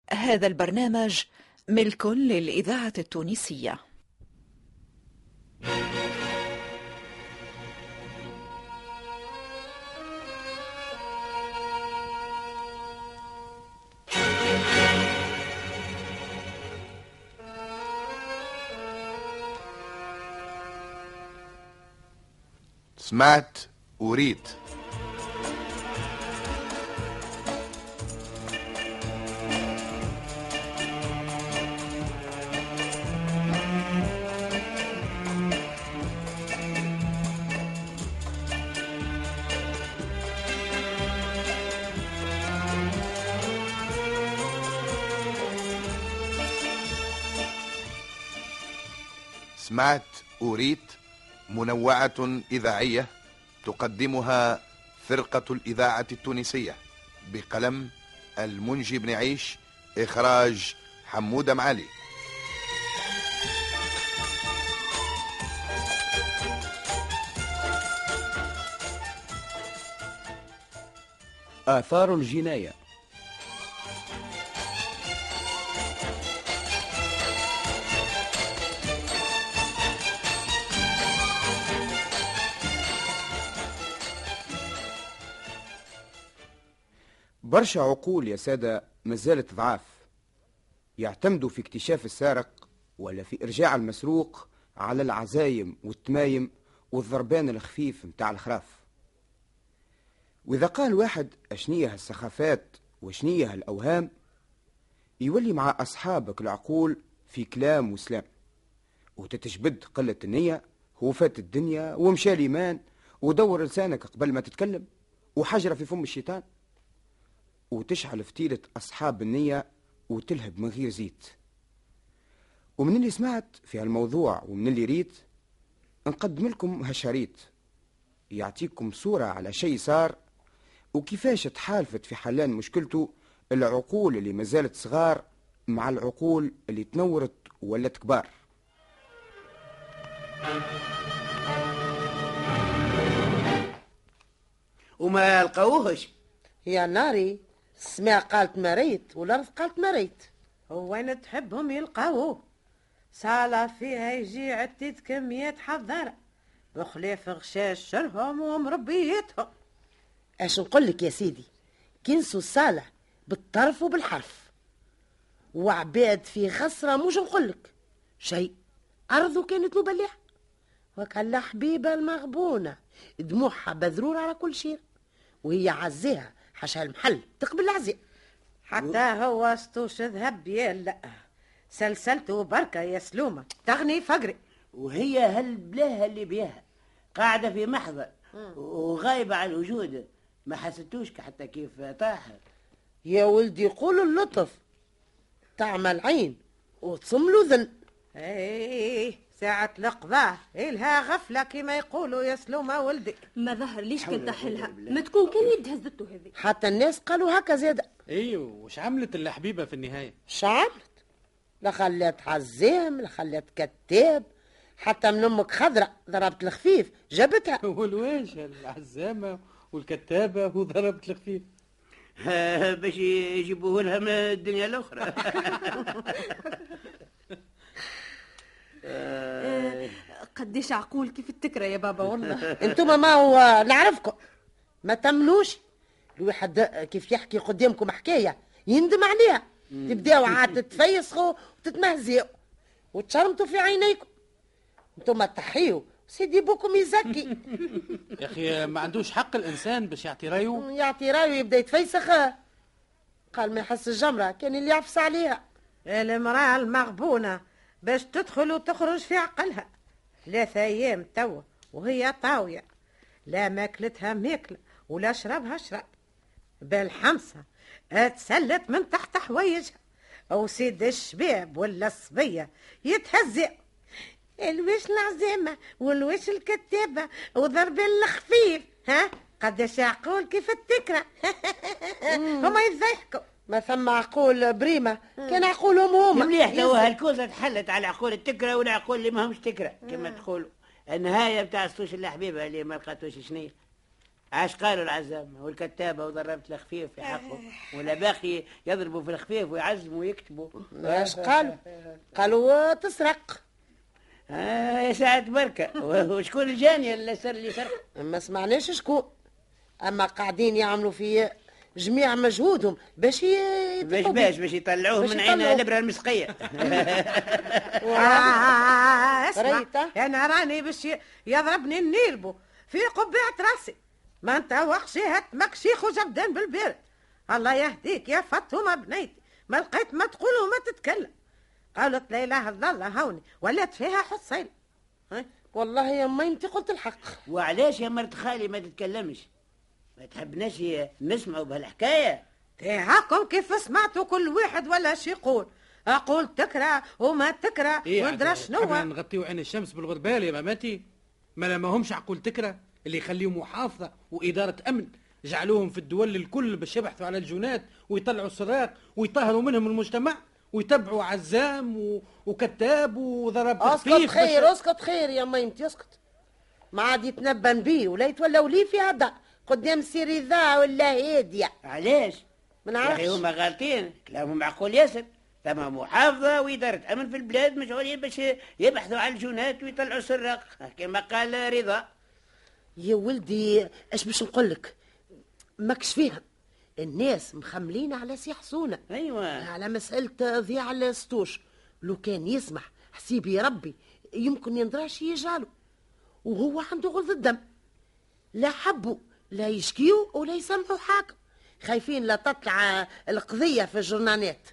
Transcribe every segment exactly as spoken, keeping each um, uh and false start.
هذا البرنامج ملك للإذاعة التونسية. سمعت وريت. سمعت وريت منوعة إذاعية تقدمها فرقة الإذاعة التونسية بقلم المنجي بن عيش، إخراج حمودة معالي. آثار الجناية. برشا عقول يا سادة مازالت ضعاف، يعتمدوا في اكتشاف السارق ولا في إرجاع المسروق على العزايم والتمايم والضربان الخفيف متاع الخراف. وإذا قال واحد أشنية السخافات وشنية الأوهام، يولي مع أصحابك العقول في كلام وسلام، وتتجبد قلة النية وفات الدنيا ومشى الإيمان، ودور لسانك قبل ما تتكلم، وحجرة في فم الشيطان، وتشعل فتيلة أصحاب النية وتلهب من غير زيت. ومن اللي سمعت في هالموضوع ومن اللي ريت نقدم لكم هالشريط يعطيكم صورة على شيء صار وكيفاش تحالفت في حلان مشكلته العقول اللي مازالت صغار مع العقول اللي تنورت ولت كبار. وما لقوهش يا ناري، السماء قالت مريت والارض قالت مريت. وين تحبهم يلقاوه؟ صالة فيها يجي عدة كميات حضارة بخلاف غشاش شرهم ومربيتهم. اش نقول لك يا سيدي، كنسوا الصالة بالطرف وبالحرف، وعباد في خسرة. مش نقول لك شيء، أرضه كانت مبلعة وكلا حبيبة المغبونة دموعها بذرور على كل شيء، وهي عزيها حشا المحل تقبل العزاء. حتى هو استوش ذهب يا لا سلسلته بركة يا سلومة تغني فقري. وهي هالبلاها اللي بيها قاعدة في محضر وغايبة على الوجود، ما حسيتوش حتى كيف طاحت. يا ولدي يقولوا اللطف تعمل عين وتصم له ذن. ايه ساعة القضاء إلها غفلة كما يقولوا يا سلومة ولدي. ما ظهر ليش كنت تحلها، ما تكون كان يد هزته هذه. حتى الناس قالوا هكا زيادة. ايوه، وش عملت الحبيبة في النهاية؟ ش عملت؟ لا خلات عزام لا خلات كتاب، حتى من امك خضرة ضربت الخفيف جابتها. والواش العزامة والكتابة وضربت الخفيف باش يجيبوه لها من الدنيا الأخرى. قديش عقول كيف التكرة يا بابا والله. انتم ما هو نعرفكم ما تمنوش الواحد كيف يحكي قدامكم حكاية يندم عليها، تبداو عاد تتفيسخوا وتتمهزئوا وتشرمتوا في عينيكم. انتم تحيوا سيدي بوكم يزكي. يا أخي ما عندوش حق الإنسان باش يعطي رايه؟ يعطي رايه يبدا يتفيسخ، قال ما يحس الجمرة كان اللي يعفس عليها. المرأة المغبونة باش تدخل وتخرج في عقلها ثلاثة أيام توا وهي طاوية، لا ماكلتها ماكلة ولا شربها شرب، بالحمصة اتسلت من تحت حوايجها، أو سيد الشباب ولا الصبية يتهزئ الوش العزيمة والوش الكتابة وضرب الخفيف. ها قداش عقول كيف التكرة. هما يضحكوا. ما ثم عقول بريمة كان عقولهم هما مليح. توا هالكوزة تحلت على عقول التكرة والعقول اللي ما همش تكرة كما تقولوا. النهاية بتاع ستوش الحبيبة اللي ما لقاتوش شنية عاش قالوا العزام والكتابة وضربت الخفيف في حقه، ولا باقي يضربوا في الخفيف ويعزموا ويكتبوا. ايش قالوا؟ قالوا تسرق. آه يا ساعة بركة. وشكون الجاني اللي سر اللي سرق؟ ما سمعناش شكون، اما قاعدين يعملوا في جميع مجهودهم باش ي... باش باش باش يطلعوه من عين الابره المسقيه. اسمع انا راني باش يضربني النيلبو في قبعه راسي، ما انت وخشيها مكشيخ وجبدان بالبرد. الله يهديك يا فاطمه بنيتي، ما لقيت ما تقول وما تتكلم. قالت لا اله الا الله هوني ولات فيها حصيل. والله يا امي انت قلت الحق. وعلاش يا مرت خالي ما تتكلمش؟ ما تحبناش نسمعوا بهالحكايه؟ هاكم كيف سمعتوا كل واحد ولا شي يقول، اقول تكره وما تكره وندرى شنو. حبنا نغطيو عين الشمس بالغربال يا ماماتي، ما ما همش عقول تكره اللي يخليهم محافظه واداره امن، جعلوهم في الدول الكل باش يبحثوا على الجنات ويطلعوا السراق ويطهروا منهم المجتمع ويتبعوا عزام و... وكتاب وضرب خفيف. اسكت خير بش... اسكت خير يا ماي انت اسكت، ما عاد يتنبن بيه ولا يتولوا لي في هذا قدام سير اذاعه ولا هاديه. علاش؟ ما نعرفش. هما غالطين، كلامهم معقول ياسر. ثم محافظه واداره امن في البلاد مشغولين باش يبحثوا على الجنات ويطلعوا السراق كما قال رضا. يا ولدي اش باش نقول لك، ماكش فيها الناس مخملين على سي حسونه. ايوه على مساله ضياع الستوش، لو كان يسمح حسيبي ربي يمكن يندراش يجعله، وهو عنده غلظ الدم، لا حبوا لا يشكيوا ولا يسمحوا حاكم، خايفين لا تطلع القضيه في الجورنالات.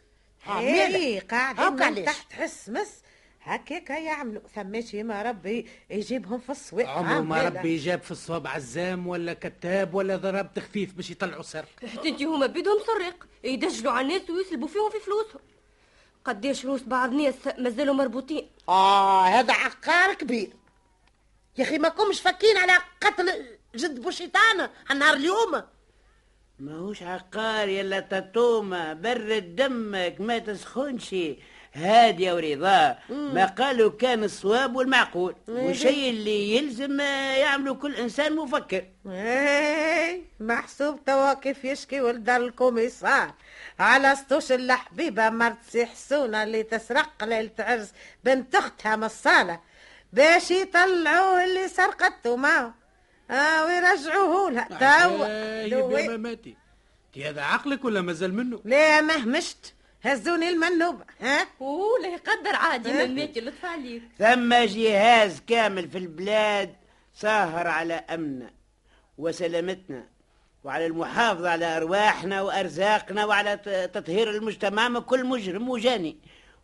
اي قاعدين تحت حس مس هكاك يعملوا، ثماشي ما ربي يجيبهم في الصواب. عمره ما ربي يجاب في الصواب عزام ولا كتاب ولا ضرب تخفيف باش يطلعوا سرق. انتي هما بدهم سرق يدجلوا على الناس ويسلبوا فيهم في فلوسهم. قديش روس بعض ناس مازالوا مربوطين. اه هذا عقار كبير يا اخي، ما كومش فاكين على قتل جد بوشيطانه على نهار اليوم. ماهوش عقار يلا تطومه، برد دمك ما تسخنش، هادية ورضا. ما قالوا كان الصواب والمعقول والشيء اللي يلزم يعملوا كل إنسان مفكر. ايه محسوب توا كيف يشكي ولد الكوميسار على سطوش الحبيبة مرت سي حسونة اللي تسرق ليلة عرس بنت أختها من الصالة باش يطلعوه اللي سرقته معه اه ويرجعوه لها. توا يا ماماتي تي هذا عقلك ولا مازال منه؟ لا مهمشت هزوني المنوبة. ها اوه لا يقدر عادي ماماتي لطف عليك. ثم جهاز كامل في البلاد ساهر على أمننا وسلامتنا وعلى المحافظة على أرواحنا وأرزاقنا وعلى تطهير المجتمع من كل مجرم وجاني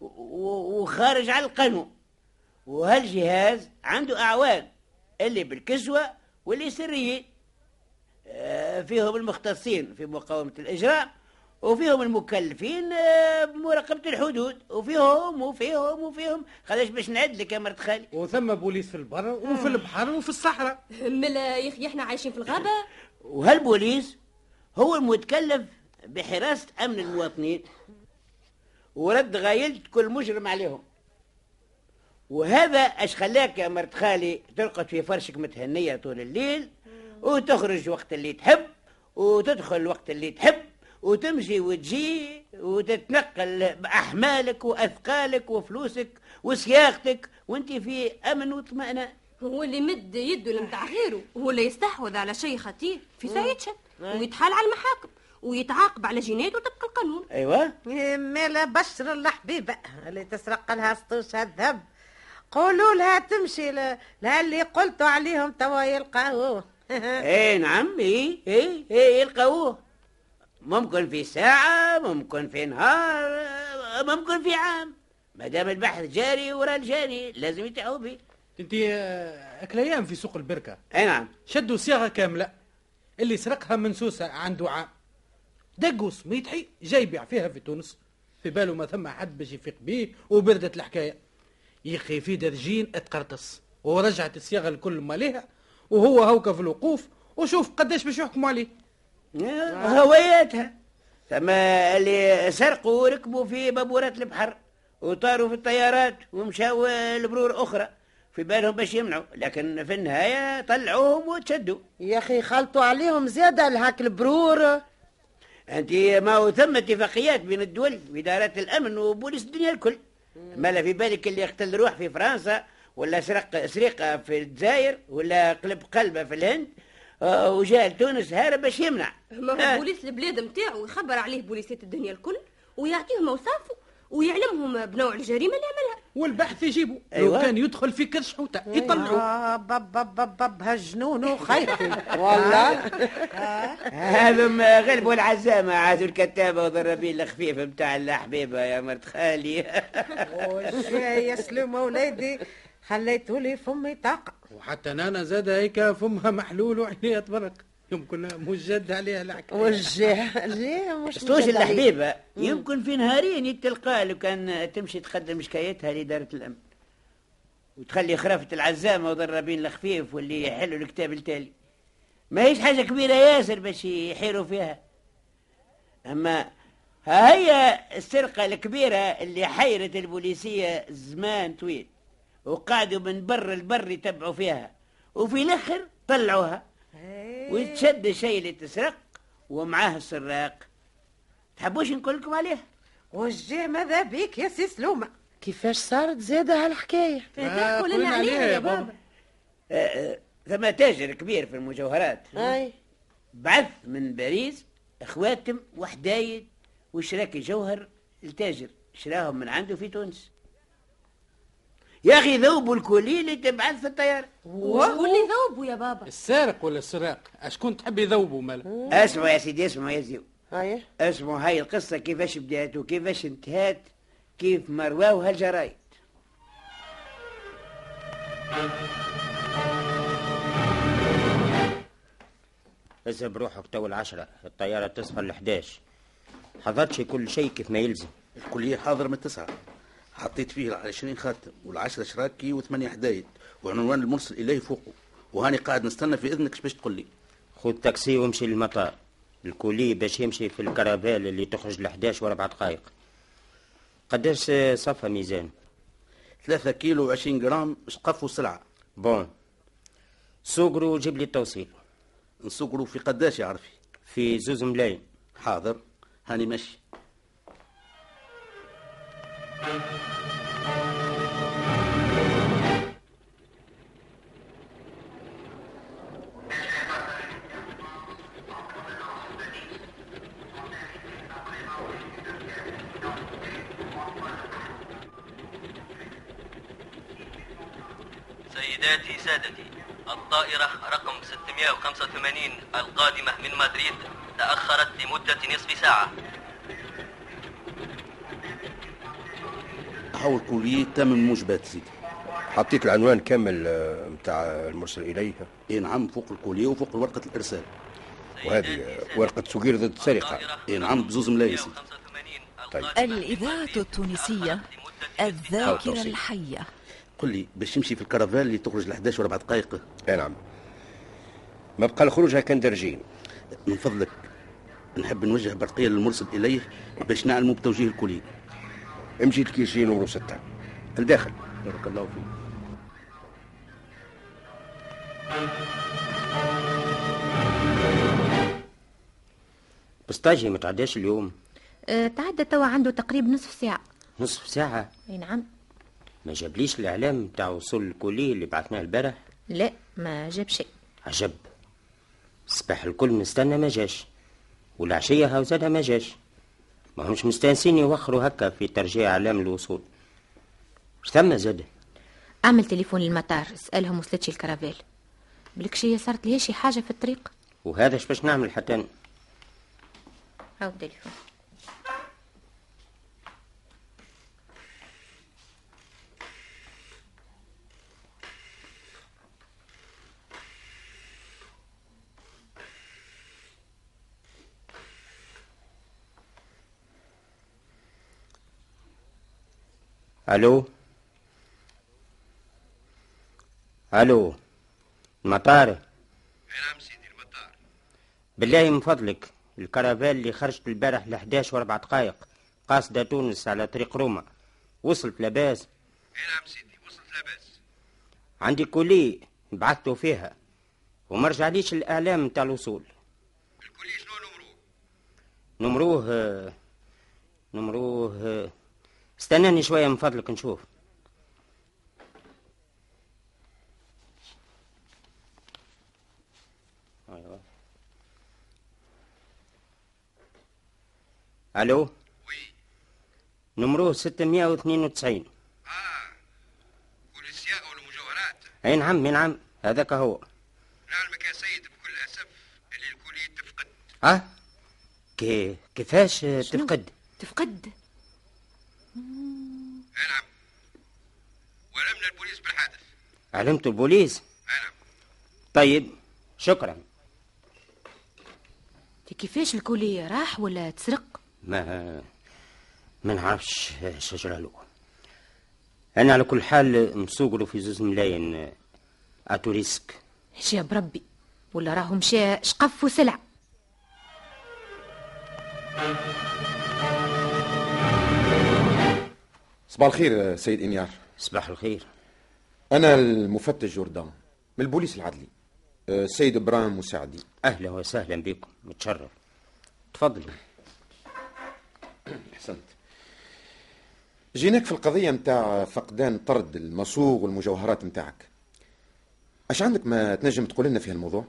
وخارج على القانون. وهالجهاز عنده أعوان اللي بالكسوة واللي سريين، فيهم المختصين في مقاومة الإجرام وفيهم المكلفين بمراقبة الحدود وفيهم وفيهم وفيهم خلاص باش نعد لك يا مرت خالي. وثم بوليس في البر وفي البحر وفي الصحراء. ملا يا اخي احنا عايشين في الغابة. وهالبوليس هو المتكلف بحراسة أمن المواطنين ورد غايلة كل مجرم عليهم. وهذا اش خلاك يا مرت خالي ترقد في فرشك متهنية طول الليل وتخرج وقت اللي تحب وتدخل وقت اللي تحب وتمشي وتجي وتتنقل بأحمالك وأثقالك وفلوسك وسياقتك وانت في أمن واطمئنان. هو اللي مد يده لمتاع غيره هو اللي يستحوذ على شيء خطير في سيتشن ويتحال على المحاكم ويتعاقب على جنايته طبق القانون. ايوه مالا بشر الحبيبة اللي تسرق لها سطوش الذهب قولوا لها تمشي لها اللي قلتوا عليهم توا يلقاوه. ايه نعم ايه ايه ايه يلقاوه، ممكن في ساعة ممكن في نهار ممكن في عام، ما دام البحث جاري ورا الجاري لازم يتعوا به. انت اكل في سوق البركة. اي نعم شدوا صياغة كاملة، اللي سرقها من سوسة عنده عام، دقوا سميتحي جاي يبيع فيها في تونس، في باله ما ثم حد باش يفيق بيه وبردت الحكاية. يخي في درجين اتقرطس ورجعت الصياغة الكل ماليها وهو هوكا في الوقوف وشوف قداش باش يحكموا عليه. هويتها ثم اللي سرقوا وركبوا في بابورات البحر وطاروا في الطيارات ومشاو لبرور أخرى في بالهم باش يمنعوا، لكن في النهاية طلعوهم وتشدوا. يا أخي خلطوا عليهم زيادة لهاك البرور. أنت ما هو ثم اتفاقيات بين الدول وإدارات الأمن وبوليس الدنيا الكل. ما لا في بالك اللي يقتل روح في فرنسا، ولا سرق سرقة في الجزائر، ولا قلب قلبه في الهند، آه وجاء لتونس هارب باش يمنع. ما هو بوليس البلاد نتاعو يخبر عليه بوليسات الدنيا الكل ويعطيهم اوصافه ويعلمهم بنوع الجريمه اللي عملها، والبحث يجيبوا. أيوة. لو كان يدخل في كرش حوته يطلعوا. آه بب بب بب بب هالجنون وخيرتي والله. هذم غلبوا العزامة عادوا الكتابة وضربين الخفيف متاع الحبيبة يا مرت خالي. وجاي يسلم وليدي خليتوا لي فمي طاقة. وحتى نانا زاد هيك فمها محلول وعينيها تبرك، يمكن مجد عليها الحكايه. وجه ليه مش ستوش مجد عليه. الحبيبة يمكن في نهارين يتلقى لو كان تمشي تقدم شكايتها لإدارة الأمن وتخلي خرافة العزامة وضربين الخفيف واللي يحلوا الكتاب التالي. ما هيش حاجة كبيرة ياسر باش يحيروا فيها. أما ها هي السرقة الكبيرة اللي حيرت البوليسية زمان طويل، وقعدوا من بر البر يتبعوا فيها، وفي الآخر طلعوها ويتشد الشيء اللي تسرق ومعاه السراق. تحبوش نقول لكم عليه؟ وجه ماذا بيك يا سي سلومة؟ كيفاش صارت زيادة هالحكاية؟ تحكوا لنا عليها يا بابا. آه، آه، ثم تاجر كبير في المجوهرات أي بعث من باريس خواتم وحدايد وشراكي جوهر التاجر شراهم من عنده في تونس. يا أخي ذوبوا الكولي اللي تبعث في الطيارة. وشكون اللي ذوبوا يا بابا؟ السارق ولا السراق؟ اشكون تحب يذوبوا مالا؟ اسمعوا يا سيدي، اسمعوا يا زيو، أي اسمعوا هاي القصة كيفاش بدات وكيفاش انتهت، كيف ما رواوها الجرايد. اذهب روحك تو العشرة، الطيارة تصفى الحداش. حضرتش كل شيء كيف ما يلزم. الكلية حاضر من التسعة، حطيت فيه العشرين خاتم والعشرة شراكي وثمانية حدايد وعنوان المرسل إليه فوقه، وهاني قاعد نستنى في إذنك باش تقول لي. خذ تاكسي وامشي للمطار. الكولي باش يمشي في الكرافال اللي تخرج لحداش وربع دقايق. قداش صفى ميزان؟ ثلاثة كيلو وعشرين جرام شقف وسلعة. بون، سوقرو وجيب لي التوصيل. نسوقرو في قداش يا عرفي؟ في زوز ملايين. حاضر، هاني ماشي. سيداتي سادتي، الطائرة رقم ستمائة وخمسة وثمانين القادمة من مدريد تأخرت لمدة نصف ساعة. حول كلية تم الموجبات سيدي. حطيت العنوان كامل متاع المرسل إليه؟ إيه نعم، فوق الكلية وفوق ورقة الإرسال. وهذه ورقة سجير ضد السرقة؟ إيه نعم، بزوز ملايين سيدي. طيب. الإذاعة التونسية الذاكرة الحية. قل لي باش يمشي في الكرافال اللي تخرج لحداش وربع دقائق. اي نعم، ما بقى الخروج كان درجين. من فضلك نحب نوجه برقية للمرسل إليه باش نعلموا بتوجيه الكلية. امشي الكيشي نمرو ستة الداخل. بارك الله فيك. بسطاجي ما تعداش اليوم؟ أه تعدى توا عنده تقريبا نصف ساعة. نصف ساعة؟ اي نعم. ما جابليش الإعلام بتاع وصول الكلية اللي بعثناه البارح؟ لا ما جاب شيء. عجب، الصباح الكل نستنى ما جاش، والعشية هاو زادها ما جاش. ما همش مستانسين يوخروا هكا في ترجيع إعلام الوصول. اش ثم زاد؟ اعمل تليفون للمطار اسألهم وصلتش الكرافيل. بلكشية صارت لي شي حاجة في الطريق. وهذا اش باش نعمل حتى أنا؟ هاو التليفون. الو الو المطار. نعم سيدي المطار. بالله من فضلك، الكرافال اللي خرجت البارح لحداش واربع دقايق قاصدة تونس على طريق روما وصلت لاباس؟ نعم سيدي وصلت لاباس. عندي كولي بعثته فيها وما رجعليش الاعلام نتاع الوصول. الكولي شنو نمروه؟ نمروه نمروه استناني شويه من فضلك نشوف. ايوه الو وي نمروه ستمائة واثنين وتسعين. اه كل السياقه والمجوهرات. اي نعم نعم هذاك هو. نعلمك يا سيد بكل اسف اللي الكولي تفقد. اه كي كيفاش تفقد؟ تفقد؟ نعم وعلمنا البوليس بالحادث. علمت البوليس؟ نعم. طيب شكرا. كيفاش الكولية راح ولا تسرق؟ ما ما نعرفش شجرة له. انا على كل حال مسوقله في زوز ملايين اتو ريسك. جاب ربي ولا راهو مشى شقف وسلع. صباح الخير سيد إنيار. صباح الخير. أنا المفتش جوردان من البوليس العدلي، السيد إبراهيم مساعدي. أهلا وسهلا بكم، متشرف. تفضلوا. أحسنت. جيناك في القضية متاع فقدان طرد المصوغ والمجوهرات متاعك. أش عندك ما تنجم تقول لنا في هالموضوع؟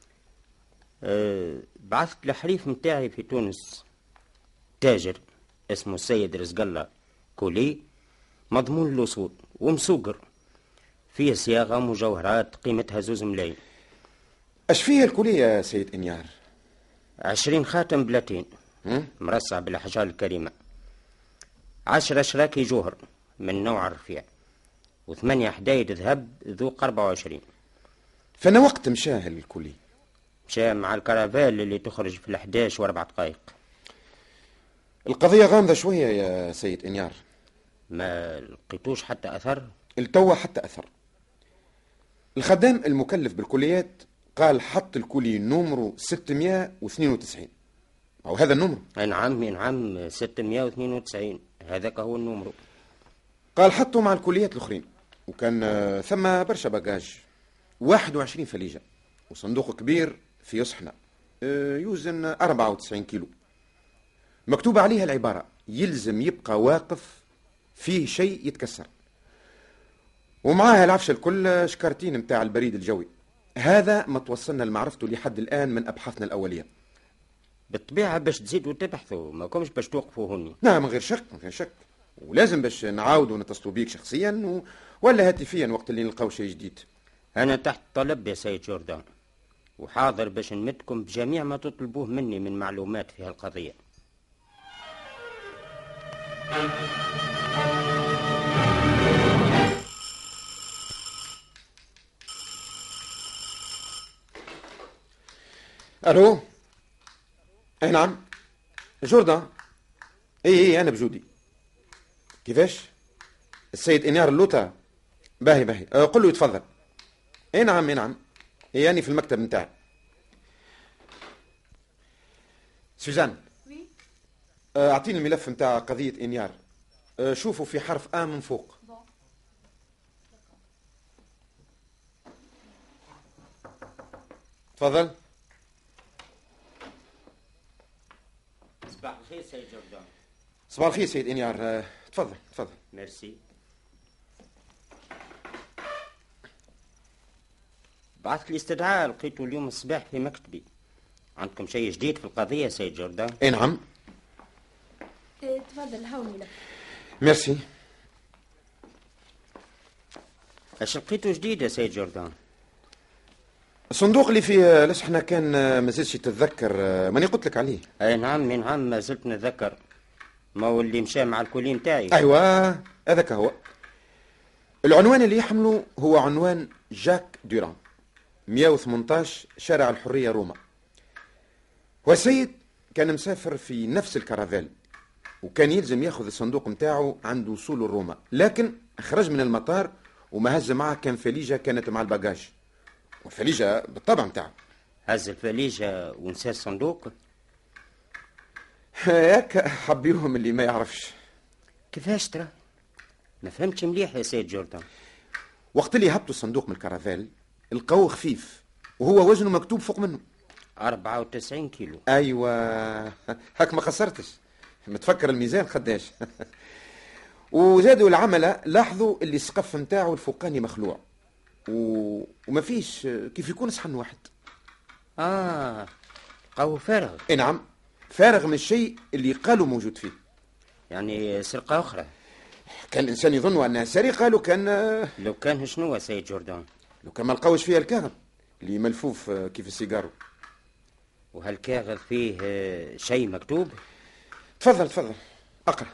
أه بعثت الحريف متاعي في تونس تاجر اسمه السيد رزق الله كولي مضمون الوصول ومسوقر فيه صياغة مجوهرات قيمتها زوز ملايين. اش فيها الكولية يا سيد إنيار؟ عشرين خاتم بلاتين مرصع بالأحجار الكريمة، عشرة شراكي جوهر من نوع الرفيع، وثمانية حدايد ذهب ذوق أربعة وعشرين. فانا وقت مشاه الكولي؟ مشى مع الكرافيل اللي تخرج في الحداش واربع دقائق. القضية غامضة شوية يا سيد إنيار. ما لقيتوش حتى أثر؟ التوى حتى أثر. الخدام المكلف بالكليات قال حط الكولي نمرو ستمائة واثنين وتسعين، أو هذا النمرو. نعم نعم ستمائة واثنين وتسعين هذاك هو النمرو. قال حطه مع الكليات الأخرين، وكان ثم برشا باجاج، واحد وعشرين فليجة وصندوق كبير في يصحنا يوزن أربعة وتسعين كيلو، مكتوب عليها العبارة يلزم يبقى واقف فيه شيء يتكسر، ومعاها العفشة الكل شكارتين متاع البريد الجوي. هذا ما توصلنا لمعرفته لحد الآن من أبحاثنا الأولية. بالطبيعة باش تزيدوا تبحثوا، ما كومش باش توقفوا هوني. نعم من غير شك من غير شك، ولازم باش نعاودوا نتصلوا بيك شخصيا و... ولا هاتفيا وقت اللي نلقاو شيء جديد. أنا تحت طلب يا سيد جوردان، وحاضر باش نمدكم بجميع ما تطلبوه مني من معلومات في هالقضية. الو. اي نعم جوردان. اي اي انا بجودي. كيفاش؟ السيد انيار اللوطة. باهي باهي أه قل له يتفضل. اي نعم اي نعم اي اني في المكتب نتاعي. سوزان أه اعطيني الملف نتاع قضية انيار. أه شوفوا في حرف ا من فوق. تفضل. صباح الخير سيد جوردان. صباح الخير سيد انيار. أه تفضل تفضل. ميرسي. بعثت لي استدعاء لقيته اليوم الصباح في مكتبي. عندكم شيء جديد في القضية سيد جوردان؟ اي نعم. اه تفضل هاو الملف. ميرسي. اش لقيته جديد يا سيد جوردان؟ الصندوق اللي فيه لسحنا كان ما زلتش تتذكر، ماني قلت لك عليه. اي نعم نعم ما زلت نتذكر. ما هو اللي مشى مع الكولي نتاعي. ايوه هذاك هو. العنوان اللي يحمله هو عنوان جاك دوران، مئة وثمانية عشر شارع الحرية روما. والسيد كان مسافر في نفس الكرافيل، وكان يلزم ياخذ الصندوق نتاعو عند وصوله لروما، لكن خرج من المطار وما هز معه كان فليجة كانت مع الباجاج، والفليجة بالطبع نتاعو. هز الفليجة ونسى الصندوق؟ هيك حبيهم اللي ما يعرفش. كيفاش ترى؟ ما فهمتش مليح يا سيد جوردان. وقت اللي هبطوا الصندوق من الكرافيل لقوه خفيف وهو وزنه مكتوب فوق منه أربعة وتسعين كيلو. أيوة هاك ما خسرتش، متفكر الميزان قداش. وزادوا العملة لاحظوا اللي السقف متاعه الفوقاني مخلوع و... وما فيش كيف يكون صحن واحد. آه قهوة فارغ. اي نعم، فارغ من الشيء اللي قالوا موجود فيه. يعني سرقة أخرى. كان الإنسان يظن أنها سرقة لو كان لو كان شنو سيد جوردان؟ لو كان ما لقاوش فيها الكاغذ اللي ملفوف كيف السيجارو. وهالكاغذ فيه شيء مكتوب؟ تفضل تفضل أقرأ.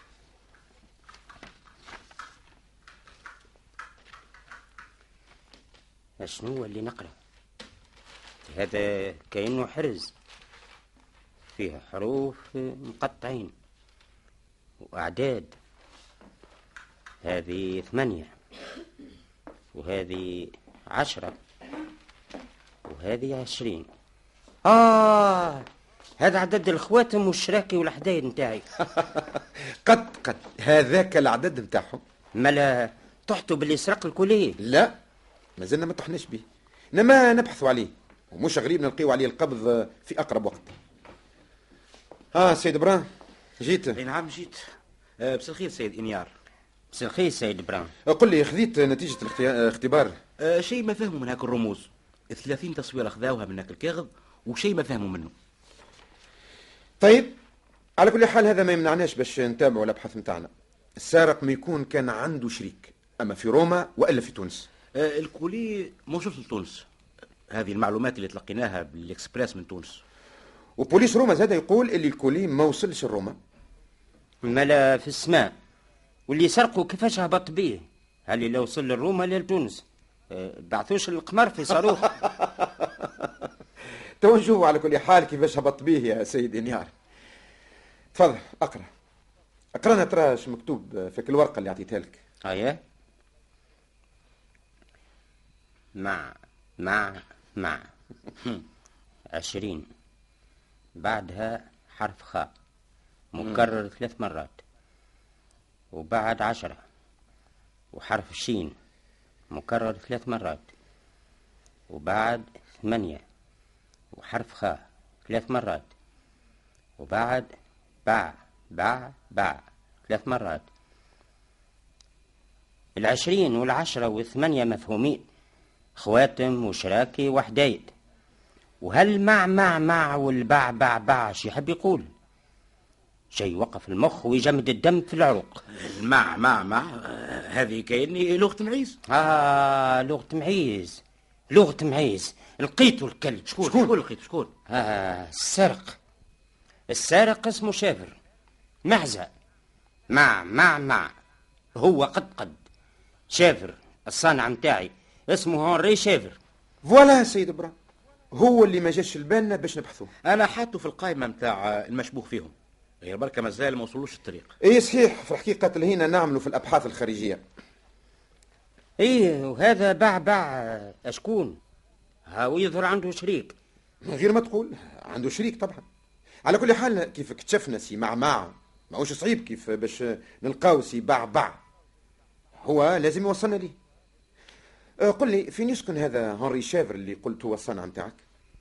شنو اللي نقرأ؟ هذا كأنه حرز فيها حروف مقطعين وأعداد. هذه ثمانية وهذه عشرة وهذه عشرين. آه هذا عدد الخواتم والشراكي والحدايد نتاعي. قد قد هذاك العدد نتاعهم. ملا تحتوا باللي سرق الكلية؟ لا ما زلنا ما طحناش به، انما نبحثوا عليه ومش غريب نلقيو عليه القبض في اقرب وقت. اه سيد بران جيت؟ اي نعم جيت. أه بس الخير سيد انيار. بس الخير سيد بران. قل لي خذيت نتيجة الاختبار؟ أه شيء ما فهموا من هاك الرموز. ثلاثين تصويرة خذاوها من هاك الكاغذ وشيء ما فهموا منه. طيب على كل حال هذا ما يمنعناش باش نتابعوا الابحاث نتاعنا. السارق ما يكون كان عنده شريك، اما في روما والا في تونس. أه الكولي ما وصلش لتونس. هذه المعلومات اللي تلقيناها بالاكسبريس من تونس. وبوليس روما زاد يقول اللي الكولي ما وصلش لروما. ملا في السماء. واللي سرقوا كيفاش هبط بيه؟ هل لو وصل لروما ولا لتونس؟ أه بعثوش القمر في صاروخ. تو نشوفوا على كل حال كيفاش هبط بيه يا سيد انيار. تفضل اقرا اقرانا ترى ايش مكتوب في الورقه اللي عطيتها لك. اييه. مع مع مع عشرين بعدها حرف خاء مكرر مم. ثلاث مرات، وبعد عشرة وحرف شين مكرر ثلاث مرات، وبعد ثمانية وحرف خاء ثلاث مرات، وبعد باع باع باع ثلاث مرات. العشرين والعشرة والثمانية مفهومين، خواتم وشراكي وحدايد. وهل مع مع مع والباع باع باع شي يحب يقول؟ شيء وقف المخ ويجمد الدم في العروق. مع مع مع هذه كأني لغة معيز. آه لغة معيز لغة معيز. لقيتوا الكلب. شكون شكون لقيت شكون؟ آه السارق. السارق اسمه شافر معزة. مع مع مع هو قد قد شافر. الصانع متاعي اسمه هنري شافر. فوالا سيد برا، هو اللي ما جاش البالنا باش نبحثوه. انا حاطه في القائمه متاع المشبوه فيهم، غير بركه مازال ما وصلوش الطريق. ايه صحيح، في الحقيقه هنا نعملوا في الابحاث الخارجيه. ايه وهذا باع باع اشكون؟ هاو يظهر عنده شريك. غير ما تقول عنده شريك طبعا. على كل حال كيف اكتشفنا سي مع مع ماهوش صعيب كيف باش نلقاو سي باع باع، هو لازم يوصلنا ليه. أه قل لي فين يسكن هذا هنري شافر اللي قلت هو الصانع متاعك؟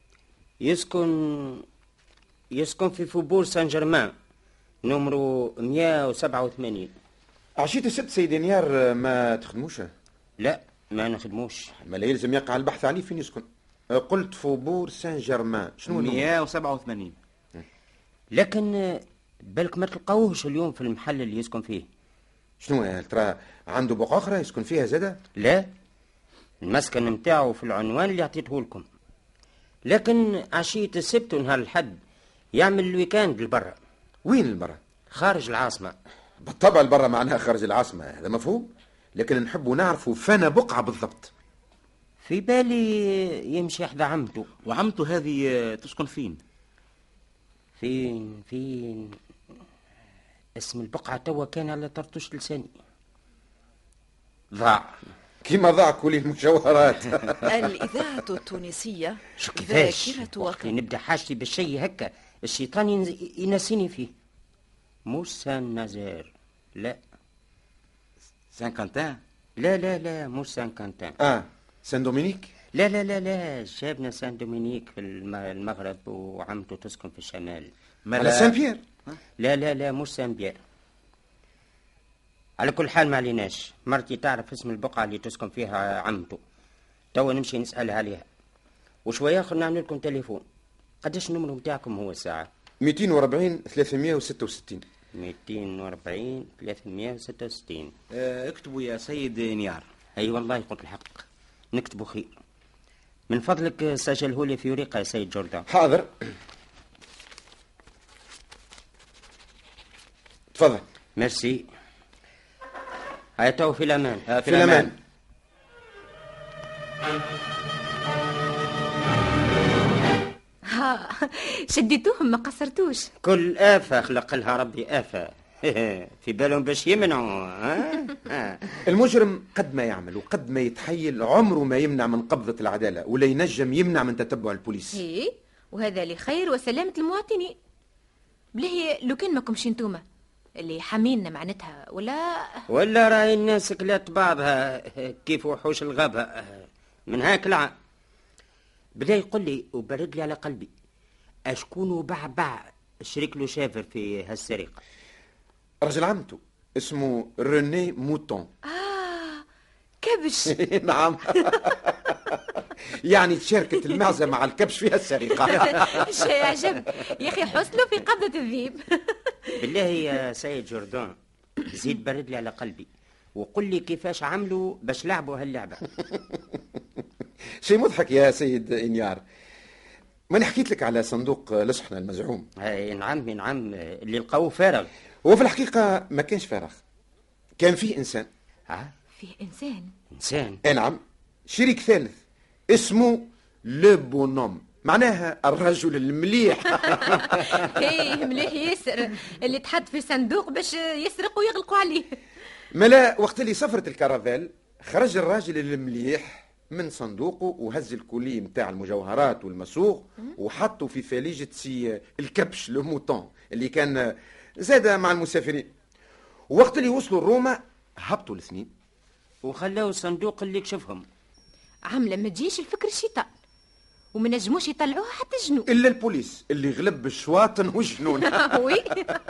يسكن يسكن في فوبور سان جيرمان نمرو مئة وسبعة وثمانين. عشيت السبت سيد نيار ما تخدموش؟ لا ما نخدموش. ما لا يلزم يقع البحث عليه فين يسكن. أه قلت فوبور سان جيرمان شنو مئة وسبعة وثمانين. لكن بالك ما تلقاوهش اليوم في المحل اللي يسكن فيه. شنو ترى عنده بقعة أخرى يسكن فيها زادة؟ لا المسكن متاعه في العنوان اللي عطيته لكم، لكن عشية السبت ونهار الحد يعمل الويكاند لبرا. وين لبرا؟ خارج العاصمة. بالطبع البرا معناها خارج العاصمة، هذا مفهوم، لكن نحب نعرفوا فانا بقعة بالضبط. في بالي يمشي إحدى عمته. وعمته هذه تسكن فين؟ فين فين اسم البقعة توا كان على طرطوش لساني. ضاع كيما ضاع كل المجوهرات. الإذاعة التونسية شو كيفاش وقت نبدأ حاجتي بالشيء هكا الشيطان ينسيني فيه. مش سان نازير، لا. سان كانتان، لا لا لا مش سان كانتان. اه سان دومينيك. لا لا لا لا جابنا سان دومينيك في المغرب وعمته تسكن في الشمال. على سان بيير. لا لا لا مش سان بيير. على كل حال ما عليناش، مرتي تعرف اسم البقعة اللي تسكن فيها عمته، توا نمشي نسألها عليها وشوية آخر نعمل لكم تليفون. قداش النمرو متاعكم هو الساعة؟ مئتين وأربعين ثلاثمئة وستة وستين. مئتين وأربعين ثلاثمئة وستة وستين. اه اكتبوا يا سيد نيار. اي والله قلت الحق، نكتبوا خير. من فضلك سجله لي في ورقة يا سيد جوردان. حاضر. تفضل. ميرسي. هيا تو في الامان. في, في الامان. ها شديتوهم ما قصرتوش. كل آفة خلق لها ربي آفة. في بالهم باش يمنعوا. ها؟ المجرم قد ما يعمل وقد ما يتحيل عمره ما يمنع من قبضة العدالة ولا ينجم يمنع من تتبع البوليس. ايه وهذا لخير وسلامة المواطنين. بلهي لو كان ماكمش انتوما اللي حامينا معناتها ولا ولا راي الناس كلات بعضها كيف وحوش الغابة من هاك العام. بلا يقول لي وبرد لي على قلبي اشكون بعبع شريك له شافر في هالسرقة. رجل عمته اسمه ريني موتون. اه كبش. نعم. يعني تشاركت المعزة مع الكبش فيها السرقة. شيء عجب يا اخي حسنه في قبضة الذيب. بالله يا سيد جوردان زيد برد لي على قلبي وقل لي كيفاش عملوا باش لعبوا هاللعبة. شيء مضحك يا سيد إنيار. ما نحكيت لك على صندوق لصحنا المزعوم. اي نعم نعم اللي لقوه فارغ. هو في الحقيقة ما كانش فارغ، كان فيه إنسان. ها؟ فيه إنسان؟ إنسان؟ اي نعم، شريك ثالث اسمه لو بونوم، معناها الرجل المليح. ايه مليح ياسر اللي تحط في صندوق باش يسرقوا ويغلقوا عليه. ملا وقت اللي سفرت الكرافيل خرج الراجل المليح من صندوقه وهز الكولي متاع المجوهرات والمسوغ وحطه في فاليجة سي الكبش لو موتون اللي كان زاد مع المسافرين. وقت اللي وصلوا روما هبطوا الاثنين وخلاو الصندوق اللي كشفهم. عامله ما تجيش الفكر الشيطان وما نجموش يطلعوها حتى جنون الا البوليس اللي غلب بالشواطن والجنون. وي.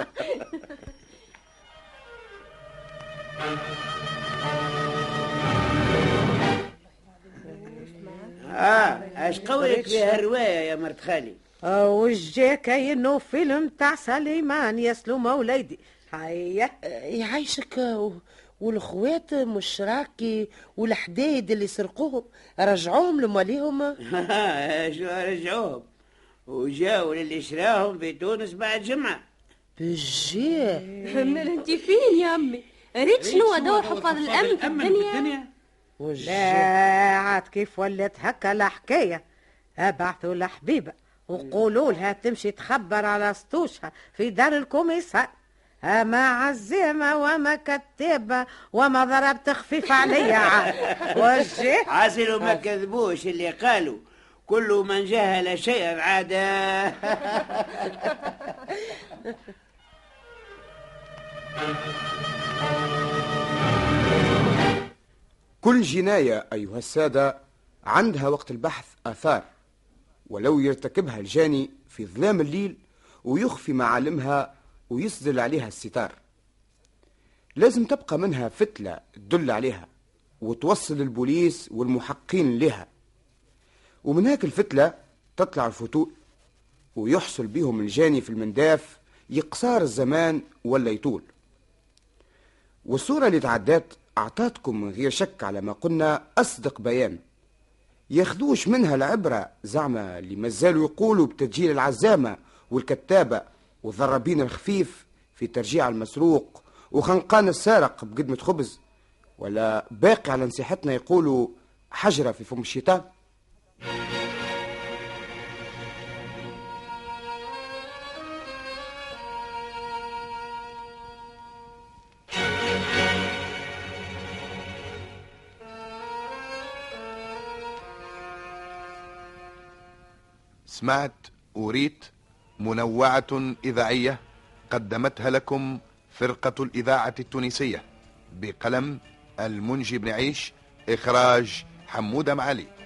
اه اش قولك فيها الروايه يا مرت خالي؟ وش جا كاينو فيلم تاع سليمان يا سلومه وليدي. هيا يعيشك والخوات مش راكي والحدايد اللي سرقوهم رجعوهم لمواليهم. شو رجعوهم وجاوا للي شراهم في تونس بعد جمعة. بجاه مال انت فين يا امي؟ ريت شنو دور حفاظ الامن في الدنيا؟ لا عاد كيف ولات هكا الحكايه. ابعثوا لحبيبه وقولوا لها تمشي تخبر على سطوشها في دار الكوميسار. أما عزيمة وما كتابة وما ضرب تخفيف عليا عاد. وجه عسلوا ما كذبوش اللي قالوا كل من جهل شيئا عاد. كل جناية أيها السادة عندها وقت البحث آثار، ولو يرتكبها الجاني في ظلام الليل ويخفي معالمها ويسدل عليها الستار، لازم تبقى منها فتلة تدل عليها وتوصل البوليس والمحققين لها، ومن هاك الفتلة تطلع الفتول ويحصل بهم الجاني في المنداف يقصار الزمان ولا يطول. والصورة اللي تعدات أعطاتكم من غير شك على ما قلنا أصدق بيان، ياخدوش منها العبرة زعما اللي مازالوا يقولوا بتسجيل العزامة والكتابة والضربين الخفيف في ترجيع المسروق وخنقان السارق بقدمة خبز، ولا باقي على نصيحتنا يقولوا حجرة في فم الشيطان. سمعت وريت منوعة إذاعية قدمتها لكم فرقة الإذاعة التونسية بقلم المنجي بن عيش، إخراج حمودة معالي.